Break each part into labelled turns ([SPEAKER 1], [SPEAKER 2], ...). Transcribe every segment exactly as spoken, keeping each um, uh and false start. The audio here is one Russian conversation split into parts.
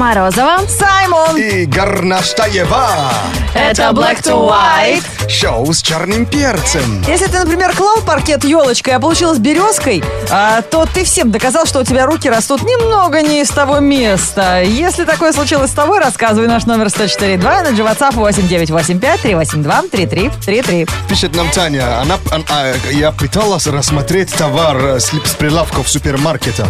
[SPEAKER 1] Морозова,
[SPEAKER 2] Саймон
[SPEAKER 3] и Горнаштаева.
[SPEAKER 2] Это Black to White.
[SPEAKER 3] Шоу с черным перцем.
[SPEAKER 2] Если ты, например, клал паркет елочкой, а получилось березкой, а, то ты всем доказал, что у тебя руки растут немного не из того места. Если такое случилось с тобой, рассказывай. Наш номер сто четыре два, Energy WhatsApp восемь девять восемь пять три восемь два три три три три.
[SPEAKER 3] Пишет нам Таня, она, она, я пыталась рассмотреть товар с, с прилавков супермаркета.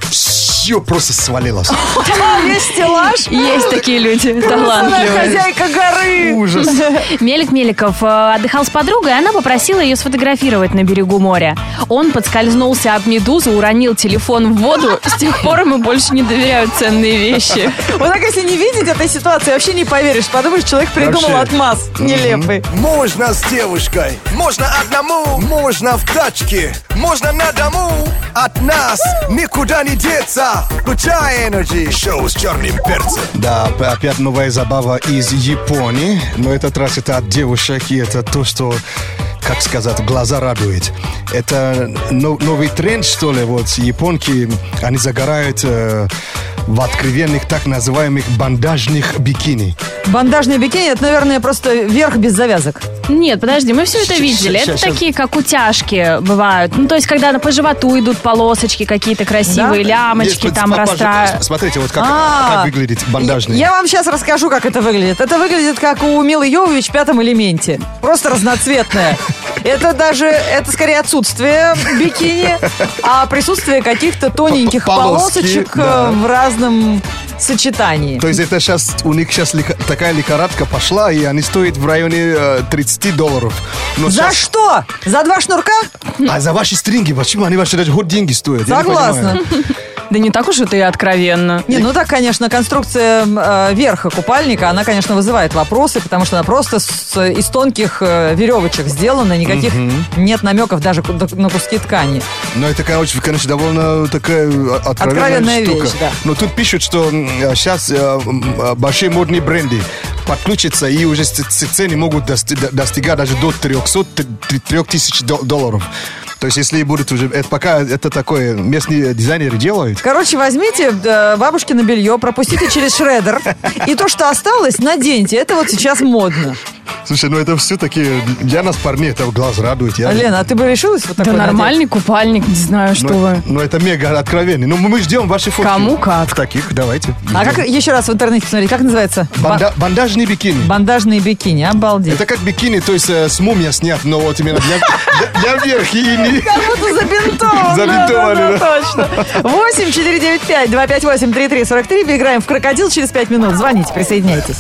[SPEAKER 3] Все просто свалилось.
[SPEAKER 2] Есть стеллаж?
[SPEAKER 1] Есть такие люди талантливые.
[SPEAKER 2] Хозяйка горы.
[SPEAKER 3] Ужас.
[SPEAKER 1] Мелик Меликов э, отдыхал с подругой, и она попросила ее сфотографировать на берегу моря. Он подскользнулся об медузу, уронил телефон в воду. С тех пор ему больше не доверяют ценные вещи.
[SPEAKER 2] Вот так, если не видеть этой ситуации, вообще не поверишь. Подумаешь, человек придумал
[SPEAKER 3] Вообще.
[SPEAKER 2] отмаз нелепый.
[SPEAKER 4] Можно с девушкой, можно одному, можно в тачке, можно на дому. От нас никуда не деться. Включай Energy. Шоу с черным перцем.
[SPEAKER 3] Да, опять новая забава из Японии. Но этот раз это от девушек, и это то, что, как сказать, глаза радует. Это но- новый тренд, что ли. Вот японки, они загорают э, в откровенных так называемых бандажных бикини.
[SPEAKER 2] Бандажные бикини, это, наверное, просто верх без завязок.
[SPEAKER 1] Нет, подожди, мы все это
[SPEAKER 3] Щ-
[SPEAKER 1] видели.
[SPEAKER 3] щ-
[SPEAKER 1] Это
[SPEAKER 3] щас-
[SPEAKER 1] такие, как утяжки бывают. Ну, то есть, когда по животу идут полосочки какие-то красивые,
[SPEAKER 2] Да?
[SPEAKER 1] лямочки
[SPEAKER 3] Есть,
[SPEAKER 1] там
[SPEAKER 3] папа,
[SPEAKER 1] расстраивают.
[SPEAKER 3] Смотрите, вот как,
[SPEAKER 2] А,
[SPEAKER 3] как выглядит бандажный.
[SPEAKER 2] Я вам сейчас расскажу, как это выглядит. Это выглядит, как у Милы Йовович в «Пятом элементе». Просто разноцветное. Это даже, это скорее отсутствие бикини, а присутствие каких-то тоненьких
[SPEAKER 3] Полоски,
[SPEAKER 2] полосочек
[SPEAKER 3] да.
[SPEAKER 2] э, в разном сочетании.
[SPEAKER 3] То есть это сейчас, у них сейчас лиха- такая лихорадка пошла, и они стоят в районе э, тридцать долларов. Но
[SPEAKER 2] За
[SPEAKER 3] щас-
[SPEAKER 2] что? За два шнурка?
[SPEAKER 3] А за ваши стринги, почему они вообще даже хоть деньги стоят? Я не
[SPEAKER 2] Согласна.
[SPEAKER 3] понимаю.
[SPEAKER 1] Да не так уж это и откровенно.
[SPEAKER 2] Не, ну так, конечно, конструкция э, верха купальника, она, конечно, вызывает вопросы, потому что она просто с- из тонких э, веревочек сделана, никаких нет намеков даже ку- на куски ткани.
[SPEAKER 3] Но это, короче, конечно, довольно такая откровенная,
[SPEAKER 2] Откровенная
[SPEAKER 3] штука.
[SPEAKER 2] вещь, да.
[SPEAKER 3] Но тут пишут, что сейчас большие модные бренды подключатся, и уже ц- ц- цены могут дости- до- достигать даже до трехсот трёх тысяч дол- долларов. То есть, если будут уже... Это пока это такое местные дизайнеры делают.
[SPEAKER 2] Короче, возьмите э, бабушкино белье, пропустите через шредер, и то, что осталось, наденьте. Это вот сейчас модно.
[SPEAKER 3] Слушай, ну это все-таки для нас, парней, это глаз радует. Я...
[SPEAKER 2] Лена, а ты бы решилась вот
[SPEAKER 1] Да
[SPEAKER 2] такой надеть?
[SPEAKER 1] нормальный купальник, не знаю, что
[SPEAKER 3] Ну,
[SPEAKER 1] вы.
[SPEAKER 3] ну, это мега откровенный. Ну, мы ждем ваши фотки.
[SPEAKER 1] Кому как.
[SPEAKER 3] В таких, давайте.
[SPEAKER 2] А как, еще раз в интернете посмотреть, как называется?
[SPEAKER 3] Банда- бандажный бикини.
[SPEAKER 2] Ба- Бандажные бикини, обалдеть.
[SPEAKER 3] Это как бикини, то есть э, с мумия снят, но вот именно для, для, для верхи и не...
[SPEAKER 2] Как будто забинтовано.
[SPEAKER 3] Забинтовали,
[SPEAKER 2] да, да,
[SPEAKER 3] да.
[SPEAKER 2] точно. восемь четыре девять пять два пять восемь три три сорок три. Поиграем в крокодил через пять минут. Звоните, присоединяйтесь.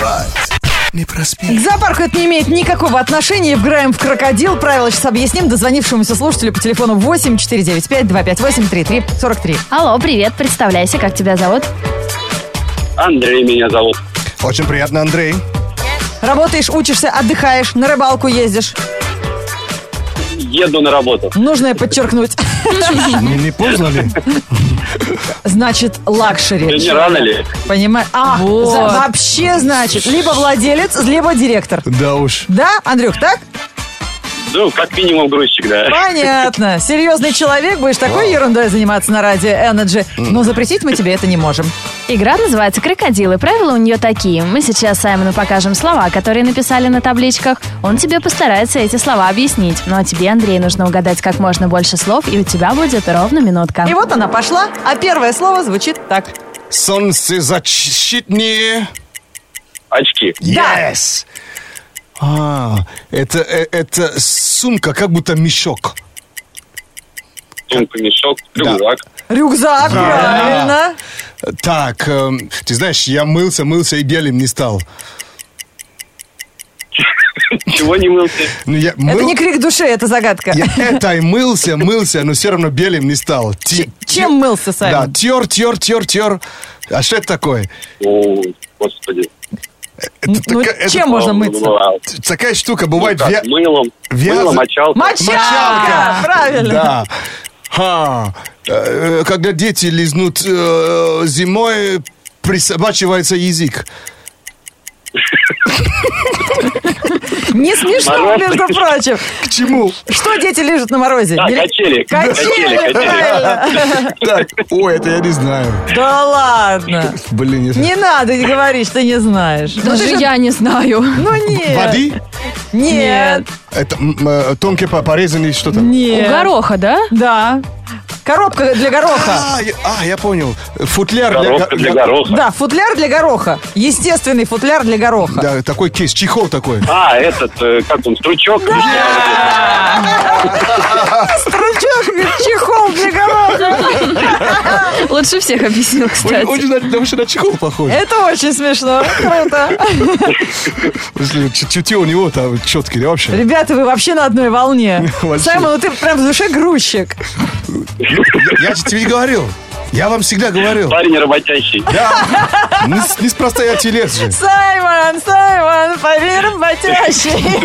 [SPEAKER 4] Не проспи.
[SPEAKER 2] К зоопарку это не имеет никакого отношения. Играем в крокодил. Правила сейчас объясним дозвонившемуся слушателю по телефону восемь четыре девять пять два пять восемь три три сорок три.
[SPEAKER 1] Алло, привет, представляйся, как тебя зовут?
[SPEAKER 5] Андрей меня зовут.
[SPEAKER 3] Очень приятно, Андрей.
[SPEAKER 2] Работаешь, учишься, отдыхаешь, на рыбалку ездишь.
[SPEAKER 5] Еду на работу.
[SPEAKER 2] Нужно подчеркнуть.
[SPEAKER 3] Не, не поздно ли?
[SPEAKER 2] Значит, лакшери.
[SPEAKER 5] Да не рано ли?
[SPEAKER 2] Понимаешь? А,
[SPEAKER 1] Вот.
[SPEAKER 2] за- вообще, значит, либо владелец, либо директор.
[SPEAKER 3] Да уж.
[SPEAKER 2] Да, Андрюх, так?
[SPEAKER 5] Ну, как минимум грузчик, да.
[SPEAKER 2] Понятно. Серьезный человек, будешь такой ерундой заниматься на радио Energy. Но запретить мы тебе это не можем.
[SPEAKER 1] Игра называется «Крокодил», и правила у нее такие. Мы сейчас Саймону покажем слова, которые написали на табличках. Он тебе постарается эти слова объяснить. Ну а тебе, Андрей, нужно угадать как можно больше слов, и у тебя будет ровно минутка.
[SPEAKER 2] И вот она пошла, а первое слово звучит так.
[SPEAKER 3] Солнцезащитные.
[SPEAKER 5] Очки.
[SPEAKER 2] Да.
[SPEAKER 3] Yes. А, это, э, это сумка, как будто мешок.
[SPEAKER 5] Сумка, мешок,
[SPEAKER 3] Да.
[SPEAKER 5] рюкзак.
[SPEAKER 2] Рюкзак, правильно.
[SPEAKER 3] Так, эм, ты знаешь, я мылся, мылся и белым не стал.
[SPEAKER 5] Чего не мылся?
[SPEAKER 3] Ну, я
[SPEAKER 2] Это
[SPEAKER 3] мыл-
[SPEAKER 2] не крик души, это загадка.
[SPEAKER 3] Я это и мылся, мылся, но все равно белым не стал. Ти-
[SPEAKER 2] Чем мылся,
[SPEAKER 3] Да,
[SPEAKER 2] Саймон?
[SPEAKER 3] тер, тер, тер, тер. А что это такое?
[SPEAKER 5] О, господи.
[SPEAKER 3] Это
[SPEAKER 2] Ну,
[SPEAKER 3] такая- это
[SPEAKER 2] чем можно мыться?
[SPEAKER 5] Бывало.
[SPEAKER 3] такая штука бывает.
[SPEAKER 5] Ну, как,
[SPEAKER 3] вя-
[SPEAKER 5] мылом.
[SPEAKER 3] вяза-
[SPEAKER 5] Мыло, мочалка.
[SPEAKER 2] Мочалка! Правильно.
[SPEAKER 3] Да. Ха. Э, Когда дети лизнут э, зимой, присобачивается язык.
[SPEAKER 2] Не смешно,
[SPEAKER 5] Мороз.
[SPEAKER 2] между прочим.
[SPEAKER 3] К чему?
[SPEAKER 2] Что дети лежат на морозе?
[SPEAKER 5] Да,
[SPEAKER 2] Не-
[SPEAKER 5] качели.
[SPEAKER 2] Качели,
[SPEAKER 5] Качели,
[SPEAKER 2] правильно.
[SPEAKER 3] Так, ой, это я не знаю.
[SPEAKER 2] Да ладно.
[SPEAKER 3] Блин, я-
[SPEAKER 2] Не надо говорить, что не знаешь. Ну,
[SPEAKER 1] Даже
[SPEAKER 2] ты же-
[SPEAKER 1] я не знаю.
[SPEAKER 2] Ну нет.
[SPEAKER 3] Воды?
[SPEAKER 2] Нет.
[SPEAKER 3] Это м, э, тонкие по- порезанные что-то?
[SPEAKER 1] У
[SPEAKER 2] Нет.
[SPEAKER 1] гороха, да?
[SPEAKER 2] Да. Коробка для гороха.
[SPEAKER 3] А, я, а, я понял. Футляр
[SPEAKER 5] Коробка для гороха.
[SPEAKER 2] Да, футляр для гороха. Естественный футляр для гороха.
[SPEAKER 3] Да, такой кейс, чехол такой.
[SPEAKER 5] А, этот, э, как он, стручок?
[SPEAKER 2] Стручок, чехол для гороха.
[SPEAKER 1] Лучше всех объяснил, кстати.
[SPEAKER 3] Очень, очень, даже на чехол похож.
[SPEAKER 2] Это очень смешно. Круто.
[SPEAKER 3] Если чу- Чутье у него там четкий, да, вообще.
[SPEAKER 2] Ребята, вы вообще на одной волне.
[SPEAKER 3] Вообще.
[SPEAKER 2] Саймон, ну ты прям в душе грузчик.
[SPEAKER 3] Я же тебе и говорил. Я вам всегда говорил.
[SPEAKER 5] Парень работящий.
[SPEAKER 3] Да. Не- Неспроста я телец же.
[SPEAKER 2] Саймон, Саймон, поверь, работящий.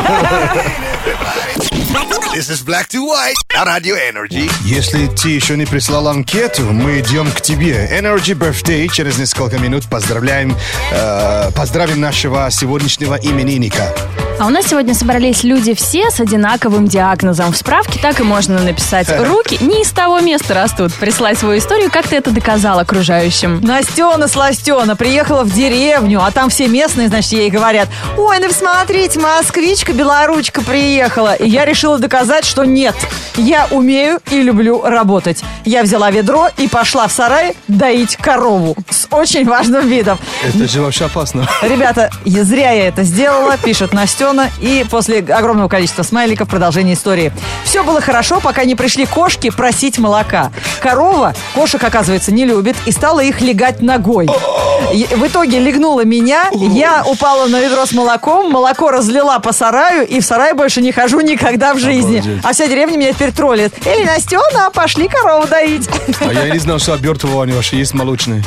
[SPEAKER 4] This is Black to White на Radio Energy.
[SPEAKER 3] Если ты еще не прислал анкету, мы идем к тебе. Energy Birthday. Через несколько минут поздравляем, э, поздравим нашего сегодняшнего именинника.
[SPEAKER 1] А у нас сегодня собрались люди все с одинаковым диагнозом. В справке так и можно написать. Руки не из того места растут. Прислать свою историю, как ты это доказал окружающим.
[SPEAKER 2] Настена Сластена приехала в деревню, а там все местные, значит, ей говорят: ой, ну смотрите, москвичка, белоручка приехала. И я решила доказать, что нет, я умею и люблю работать. Я взяла ведро и пошла в сарай доить корову с очень важным видом.
[SPEAKER 3] Это же вообще опасно.
[SPEAKER 2] Ребята, я- зря я это сделала, пишет Настена. И после огромного количества смайликов продолжение истории. Все было хорошо, пока не пришли кошки просить молока. Корова кошек, оказывается, не любит и стала их легать ногой. И в итоге легнула меня, я упала на ведро с молоком, молоко разлила по сараю, и в сарай больше не хожу никогда в жизни.
[SPEAKER 3] Обалдеть.
[SPEAKER 2] А вся деревня меня теперь троллит. Эй, Настена, пошли корову доить.
[SPEAKER 3] А я не знал, что обертывание вообще есть молочные.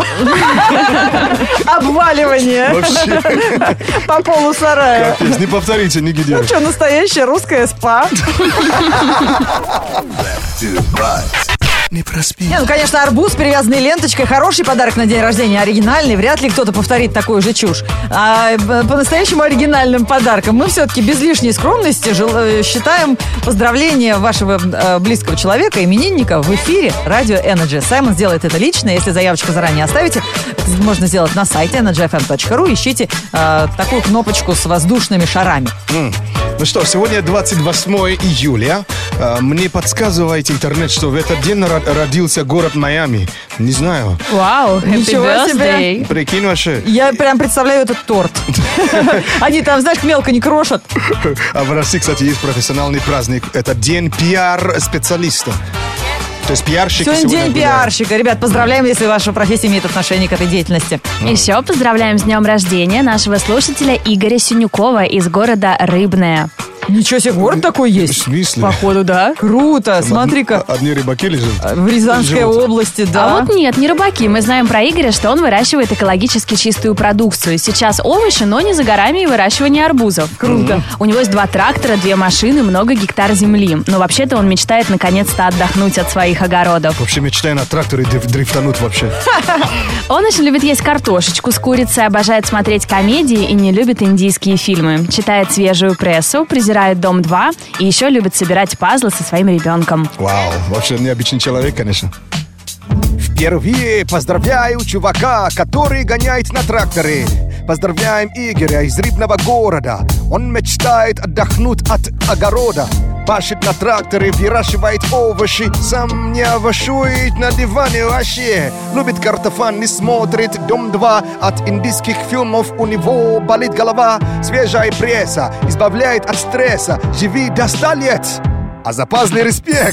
[SPEAKER 2] Обваливание
[SPEAKER 3] Вообще.
[SPEAKER 2] по полу сарая.
[SPEAKER 3] Капец, не повторите нигде.
[SPEAKER 2] Ну что, настоящее русское спа.
[SPEAKER 4] To White. Не проспи.
[SPEAKER 2] Не, ну, конечно, арбуз, перевязанный ленточкой, хороший подарок на день рождения, оригинальный. Вряд ли кто-то повторит такую же чушь. А б- по-настоящему оригинальным подарком мы все-таки без лишней скромности жел- э, считаем поздравление вашего э, близкого человека, именинника, в эфире радио Energy. Саймон сделает это лично. Если заявочку заранее оставите, это можно сделать на сайте энерджи эф эм точка ру. Ищите э, такую кнопочку с воздушными шарами.
[SPEAKER 3] М. Ну что, сегодня двадцать восьмое июля. А, Мне подсказывает интернет, что в этот день ро- родился город Майами. Не знаю.
[SPEAKER 1] Вау, happy
[SPEAKER 2] Ничего себе.
[SPEAKER 1] birthday.
[SPEAKER 3] Прикинь вообще.
[SPEAKER 2] Я прям представляю этот торт. Они там, знаешь, мелко не крошат.
[SPEAKER 3] А в России, кстати, есть профессиональный праздник. Это день пиар-специалиста. То есть пиарщики
[SPEAKER 2] Сегодня
[SPEAKER 3] сегодня
[SPEAKER 2] день
[SPEAKER 3] гуляют.
[SPEAKER 2] пиарщика. Ребят, поздравляем, если ваша профессия имеет отношение к этой деятельности.
[SPEAKER 1] Еще поздравляем с днем рождения нашего слушателя Игоря Синюкова из города Рыбное.
[SPEAKER 2] Ничего себе, город такой
[SPEAKER 3] В
[SPEAKER 2] есть.
[SPEAKER 3] смысле?
[SPEAKER 1] Походу, да.
[SPEAKER 2] Круто, смотри-ка.
[SPEAKER 3] Одни рыбаки лежат.
[SPEAKER 2] В Рязанской
[SPEAKER 3] Живут.
[SPEAKER 2] области, да.
[SPEAKER 1] А вот нет, не рыбаки. Мы знаем про Игоря, что он выращивает экологически чистую продукцию. Сейчас овощи, но не за горами и выращивание арбузов. Круто. У него есть два трактора, две машины, много гектар земли. Но вообще-то он мечтает наконец-то отдохнуть от своих огородов.
[SPEAKER 3] Вообще мечтаю на тракторе дриф- дрифтануть вообще.
[SPEAKER 1] Он еще любит есть картошечку с курицей, обожает смотреть комедии и не любит индийские фильмы. Читает свежую прессу, презирает «Дом два» и еще любит собирать пазлы со своим ребенком.
[SPEAKER 3] Вау, вообще необычный человек, конечно.
[SPEAKER 4] Впервые поздравляю чувака, который гоняет на тракторе. Поздравляем Игоря из Рыбного города. Он мечтает отдохнуть от огорода. Пашет на тракторе, выращивает овощи. Сам не овощует на диване вообще. Любит картофан, не смотрит «Дом два». От индийских фильмов у него болит голова. Свежая пресса избавляет от стресса. Живи до ста лет. А за пазлы респект.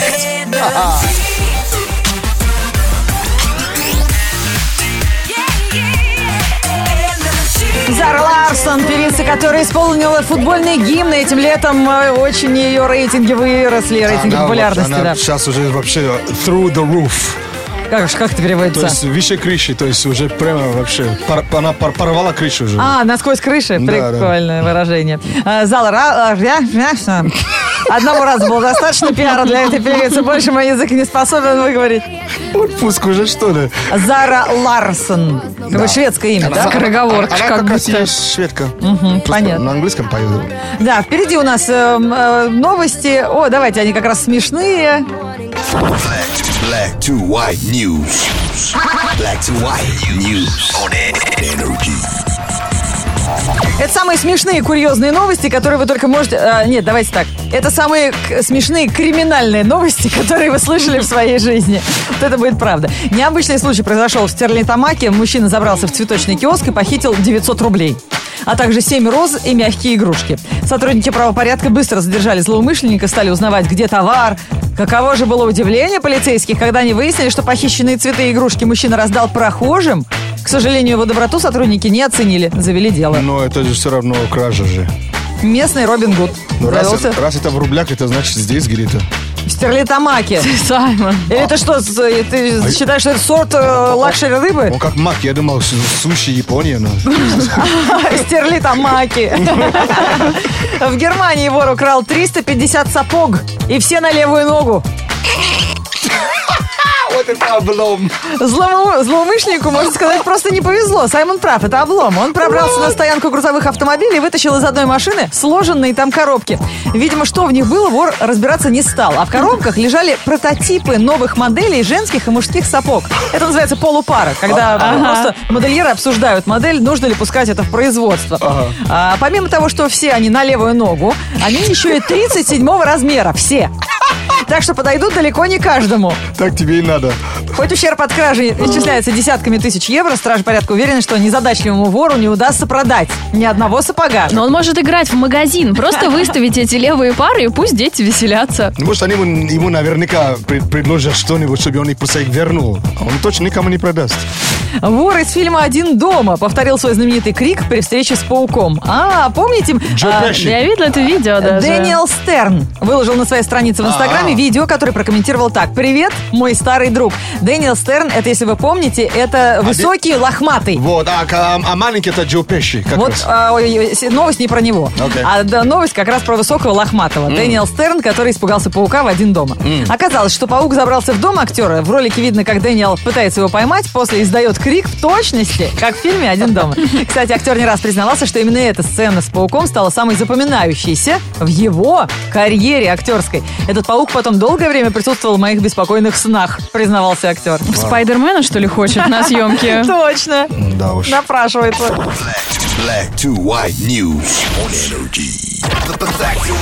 [SPEAKER 2] Зара Ларсон, певица, которая исполнила футбольные гимны этим летом, э, очень ее рейтинги выросли, рейтинги
[SPEAKER 3] Она
[SPEAKER 2] популярности,
[SPEAKER 3] вообще-
[SPEAKER 2] да.
[SPEAKER 3] она сейчас уже вообще through the roof.
[SPEAKER 2] Как, ж- как это
[SPEAKER 3] То
[SPEAKER 2] переводится?
[SPEAKER 3] есть выше крыши, то есть уже прямо вообще, пор- она пор- порвала крышу уже.
[SPEAKER 2] А, насквозь крыши?
[SPEAKER 3] Да,
[SPEAKER 2] Прикольное выражение. А, Зала Ра- а, Ра- Ра- Одного раза было достаточно пиара для этой певицы. Больше мой язык не способен выговорить.
[SPEAKER 3] Отпуск уже, что ли?
[SPEAKER 2] Зара Ларсон. Какое шведское имя, да?
[SPEAKER 1] Скороговорка,
[SPEAKER 3] Она
[SPEAKER 1] как
[SPEAKER 3] как раз
[SPEAKER 1] будто.
[SPEAKER 3] есть шведка.
[SPEAKER 2] Мгм,
[SPEAKER 3] Просто
[SPEAKER 2] понятно.
[SPEAKER 3] на английском поет.
[SPEAKER 2] Да, впереди у нас э, э, новости. О, давайте, они как раз смешные.
[SPEAKER 6] Black to white news. Black to white news on Energy.
[SPEAKER 2] Это самые смешные курьезные новости, которые вы только можете... э, нет, давайте так. Это самые к- смешные криминальные новости, которые вы слышали в своей жизни. Вот это будет правда. Необычный случай произошел в Стерлитамаке. Мужчина забрался в цветочный киоск и похитил девятьсот рублей. А также семь роз и мягкие игрушки. Сотрудники правопорядка быстро задержали злоумышленника, стали узнавать, где товар. Каково же было удивление полицейских, когда они выяснили, что похищенные цветы и игрушки мужчина раздал прохожим. К сожалению, его доброту сотрудники не оценили, завели дело.
[SPEAKER 3] Но это же все равно кража же.
[SPEAKER 2] Местный Робин Гуд
[SPEAKER 3] Ну, раз,
[SPEAKER 2] завелся
[SPEAKER 3] раз это в рублях, это значит здесь где-то.
[SPEAKER 2] в Стерлитамаке.
[SPEAKER 1] Саймон.
[SPEAKER 2] Или это что, с- ты считаешь, что это сорт э, лакшери рыбы?
[SPEAKER 3] Он как мак, я думал, что суши Япония, но...
[SPEAKER 2] Стерлитамаки. В Германии вор украл триста пятьдесят сапог. И все на левую ногу.
[SPEAKER 3] Вот это облом.
[SPEAKER 2] Злому- злоумышленнику, можно сказать, просто не повезло. Саймон прав, это облом. Он пробрался на стоянку грузовых автомобилей и вытащил из одной машины сложенные там коробки. Видимо, что в них было, вор разбираться не стал. А в коробках лежали прототипы новых моделей женских и мужских сапог. Это называется полупара, когда просто модельеры обсуждают модель, нужно ли пускать это в производство. А, помимо того, что все они на левую ногу, они еще и тридцать седьмого размера. Все. Так что подойдут далеко не каждому.
[SPEAKER 3] Так тебе и надо.
[SPEAKER 2] Хоть ущерб от кражи исчисляется десятками тысяч евро, стражи порядка уверены, что незадачливому вору не удастся продать ни одного сапога.
[SPEAKER 1] Но он может играть в магазин. Просто выставить эти левые пары, и пусть дети веселятся.
[SPEAKER 3] Ну, может, они ему, ему наверняка пред- предложат что-нибудь, чтобы он их просто их вернул. А он точно никому не продаст.
[SPEAKER 2] Вор из фильма «Один дома» повторил свой знаменитый крик при встрече с пауком. А, помните?
[SPEAKER 3] Джо
[SPEAKER 2] а,
[SPEAKER 3] Пеши.
[SPEAKER 1] Я видела это видео даже.
[SPEAKER 2] Дэниел Стерн выложил на своей странице в Инстаграме
[SPEAKER 3] А-а.
[SPEAKER 2] видео, которое прокомментировал так. «Привет, мой старый друг». Дэниел Стерн, это, если вы помните, это высокий, лохматый.
[SPEAKER 3] Вот, а, а, а маленький это Джо Пеши, как
[SPEAKER 2] Вот
[SPEAKER 3] раз.
[SPEAKER 2] а, ой, ой, новость не про него,
[SPEAKER 3] Окей.
[SPEAKER 2] а да, новость как раз про высокого лохматого. Дэниел Стерн, который испугался паука в «Один дома». Оказалось, что паук забрался в дом актера. В ролике видно, как Дэниел пытается его поймать, после издает крик в точности, как в фильме «Один дома». Кстати, актер не раз признавался, что именно эта сцена с пауком стала самой запоминающейся в его карьере актерской. Этот паук потом долгое время присутствовал в моих беспокойных снах, признавался актер.
[SPEAKER 1] Спайдермена, что ли, хочет на съемке?
[SPEAKER 2] Точно.
[SPEAKER 3] Да уж.
[SPEAKER 2] Напрашивается.
[SPEAKER 6] Black to white news on Energy. Black to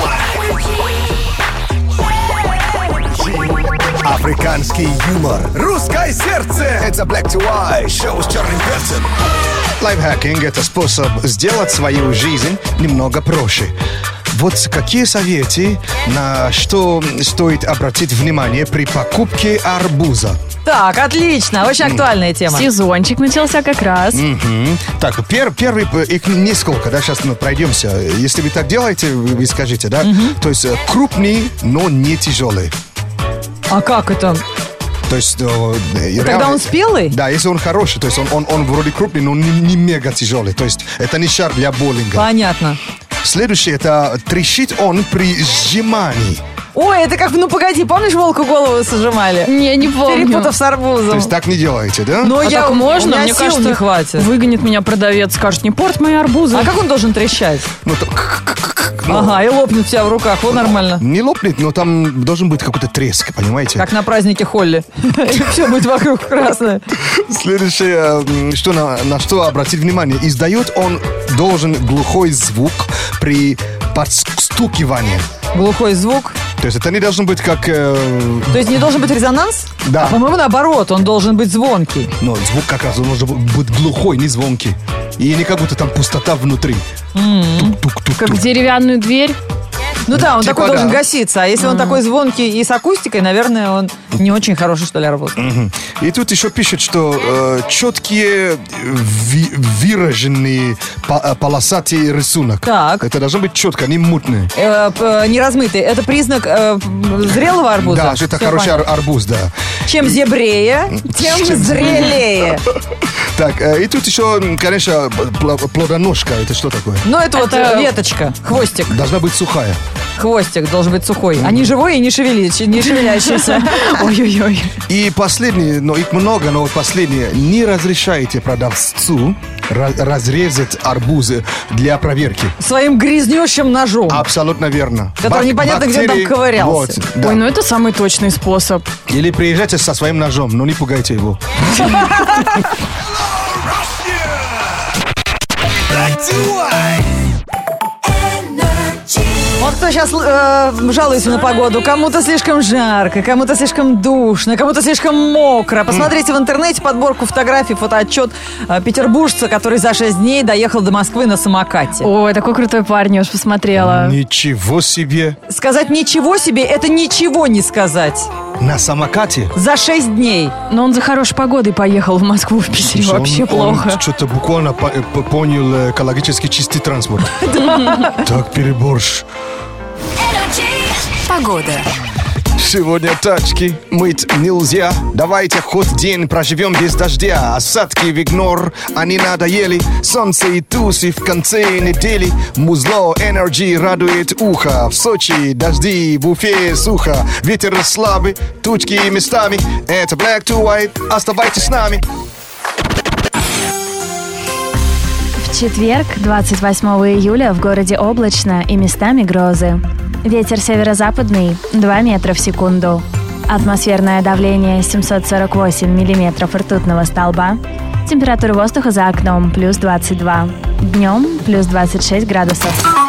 [SPEAKER 6] white. Африканский юмор. Русское сердце. Это Black to white. Шоу с черным перцем.
[SPEAKER 3] Лайфхакинг – это способ сделать свою жизнь немного проще. Вот какие советы, на что стоит обратить внимание при покупке арбуза?
[SPEAKER 2] Так, отлично. Очень актуальная тема.
[SPEAKER 1] Сезончик начался как раз.
[SPEAKER 3] Мгм. Так, пер- первый, э, их несколько, да, сейчас мы пройдемся. Если вы так делаете, вы, вы скажите, да? То есть э, крупный, но не тяжелый.
[SPEAKER 2] А как это?
[SPEAKER 3] То есть... э, э,
[SPEAKER 2] Когда
[SPEAKER 3] реально-
[SPEAKER 2] он спелый?
[SPEAKER 3] Да, если он хороший, то есть он, он, он вроде крупный, но не, не мега тяжелый. То есть это не шар для боулинга.
[SPEAKER 2] Понятно.
[SPEAKER 3] Следующее, это трещит он при сжимании.
[SPEAKER 2] Ой, это как, ну погоди, помнишь, волку голову сожимали?
[SPEAKER 1] Не, не помню.
[SPEAKER 2] Перепутав с
[SPEAKER 3] То
[SPEAKER 2] арбузом.
[SPEAKER 3] есть так не делаете, да?
[SPEAKER 2] Но
[SPEAKER 1] А
[SPEAKER 2] я,
[SPEAKER 1] так можно?
[SPEAKER 2] у меня
[SPEAKER 1] Мне
[SPEAKER 2] сил
[SPEAKER 1] кажется,
[SPEAKER 2] не хватит.
[SPEAKER 1] выгонит меня продавец, скажет, не порт мои арбузы.
[SPEAKER 2] А как он должен трещать?
[SPEAKER 3] Ну, там, ну,
[SPEAKER 2] Ага, и лопнет у тебя в руках, вот нормально.
[SPEAKER 3] не лопнет, но там должен быть какой-то треск, понимаете?
[SPEAKER 2] Как на празднике Холли. И все будет вокруг красное.
[SPEAKER 3] Следующее, м, что на, на что обратить внимание, издает он должен глухой звук при подстукивании.
[SPEAKER 2] Глухой звук.
[SPEAKER 3] То есть это не должно быть как... э,
[SPEAKER 2] То есть не должен быть резонанс?
[SPEAKER 3] Да.
[SPEAKER 2] А, по-моему, наоборот, он должен быть звонкий.
[SPEAKER 3] но звук как раз он должен быть глухой, не звонкий. И не как будто там пустота внутри. Тук-тук-тук-тук.
[SPEAKER 1] Как деревянную дверь.
[SPEAKER 2] Ну да, он
[SPEAKER 3] Типа
[SPEAKER 2] такой должен
[SPEAKER 3] да.
[SPEAKER 2] гаситься. А если он такой звонкий и с акустикой, наверное, он не очень хороший, что ли, арбуз.
[SPEAKER 3] И тут еще пишет, что э, четкие, ви- выраженные по- э, полосатый рисунок.
[SPEAKER 2] Так.
[SPEAKER 3] Это должно быть четко, не мутный.
[SPEAKER 2] Э, п- неразмытый. Это признак э, зрелого арбуза?
[SPEAKER 3] Да, что это
[SPEAKER 2] Всё
[SPEAKER 3] хороший
[SPEAKER 2] понятно.
[SPEAKER 3] ар- арбуз, да.
[SPEAKER 2] Чем зебрее, тем
[SPEAKER 3] Чем
[SPEAKER 2] зрелее.
[SPEAKER 3] Так, э, и тут еще, конечно, пл- плодоножка. Это что такое?
[SPEAKER 2] Ну, это, вот
[SPEAKER 1] Это-
[SPEAKER 2] э, веточка, хвостик.
[SPEAKER 3] Должна быть сухая.
[SPEAKER 2] Хвостик должен быть сухой. А не живой и не, шевели, не шевелящийся.
[SPEAKER 1] Ой-ой-ой.
[SPEAKER 3] И последнее, но их много, но вот последнее. Не разрешайте продавцу ra- разрезать арбузы для проверки.
[SPEAKER 2] Своим грязнющим ножом.
[SPEAKER 3] Абсолютно верно.
[SPEAKER 2] Который
[SPEAKER 3] Бак-
[SPEAKER 2] непонятно, где там
[SPEAKER 3] бактерии-
[SPEAKER 2] ковырялся.
[SPEAKER 3] Вот, да.
[SPEAKER 1] Ой, ну это самый точный способ.
[SPEAKER 3] Или приезжайте со своим ножом, но не пугайте его.
[SPEAKER 6] Black to white.
[SPEAKER 2] Вот кто сейчас э, жалуется на погоду. Кому-то слишком жарко, кому-то слишком душно, кому-то слишком мокро. Посмотрите в интернете подборку фотографий, фотоотчет э, петербуржца, который за шесть дней доехал до Москвы на самокате.
[SPEAKER 1] Ой, такой крутой парень, я уж посмотрела.
[SPEAKER 3] Ничего себе.
[SPEAKER 2] Сказать ничего себе, это ничего не сказать.
[SPEAKER 3] На самокате?
[SPEAKER 2] За шесть дней.
[SPEAKER 1] Но он за хорошей погодой поехал в Москву, в Питере.
[SPEAKER 3] Он-
[SPEAKER 1] Вообще
[SPEAKER 3] он
[SPEAKER 1] плохо.
[SPEAKER 3] что-то буквально по- по- понял э, экологически чистый транспорт. Так переборщ.
[SPEAKER 7] Погода.
[SPEAKER 3] Сегодня тачки мыть нельзя. Давайте хоть день проживем без дождя. Осадки в игнор, они надоели. Солнце и тусы в конце недели. Музло Energy радует ухо. В Сочи дожди, в Уфе сухо. Ветер слабый, тучки местами. Это Black to White, оставайтесь с нами.
[SPEAKER 1] В четверг, двадцать восьмого июля, в городе облачно и местами грозы. Ветер северо-западный два метра в секунду. Атмосферное давление семьсот сорок восемь миллиметров ртутного столба. Температура воздуха за окном плюс двадцать два. Днем плюс двадцать шесть градусов.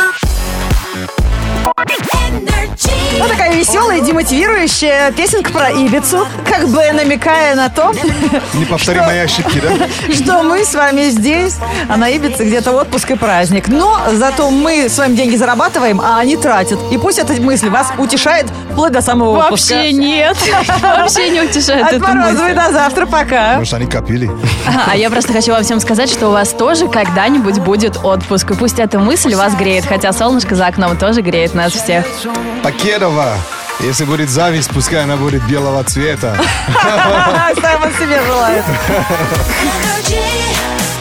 [SPEAKER 2] Ну, такая веселая, демотивирующая песенка про Ибицу, как бы намекая на то,
[SPEAKER 3] Не повтори мои ошибки, да?
[SPEAKER 2] что мы с вами здесь, а на Ибице где-то отпуск и праздник. Но зато мы с вами деньги зарабатываем, а они тратят. И пусть эта мысль вас утешает вплоть до самого отпуска.
[SPEAKER 1] Вообще нет. Вообще не утешает
[SPEAKER 2] От
[SPEAKER 1] эта
[SPEAKER 2] Морозовой
[SPEAKER 1] мысль.
[SPEAKER 2] до завтра, пока.
[SPEAKER 3] Потому что они копили.
[SPEAKER 1] Ага, а я просто хочу вам всем сказать, что у вас тоже когда-нибудь будет отпуск. И пусть эта мысль вас греет, хотя солнышко за окном тоже греет нас всех.
[SPEAKER 3] Покедова. Если будет зависть, пускай она будет белого цвета.
[SPEAKER 2] Сам он себе желает.
[SPEAKER 7] Energy.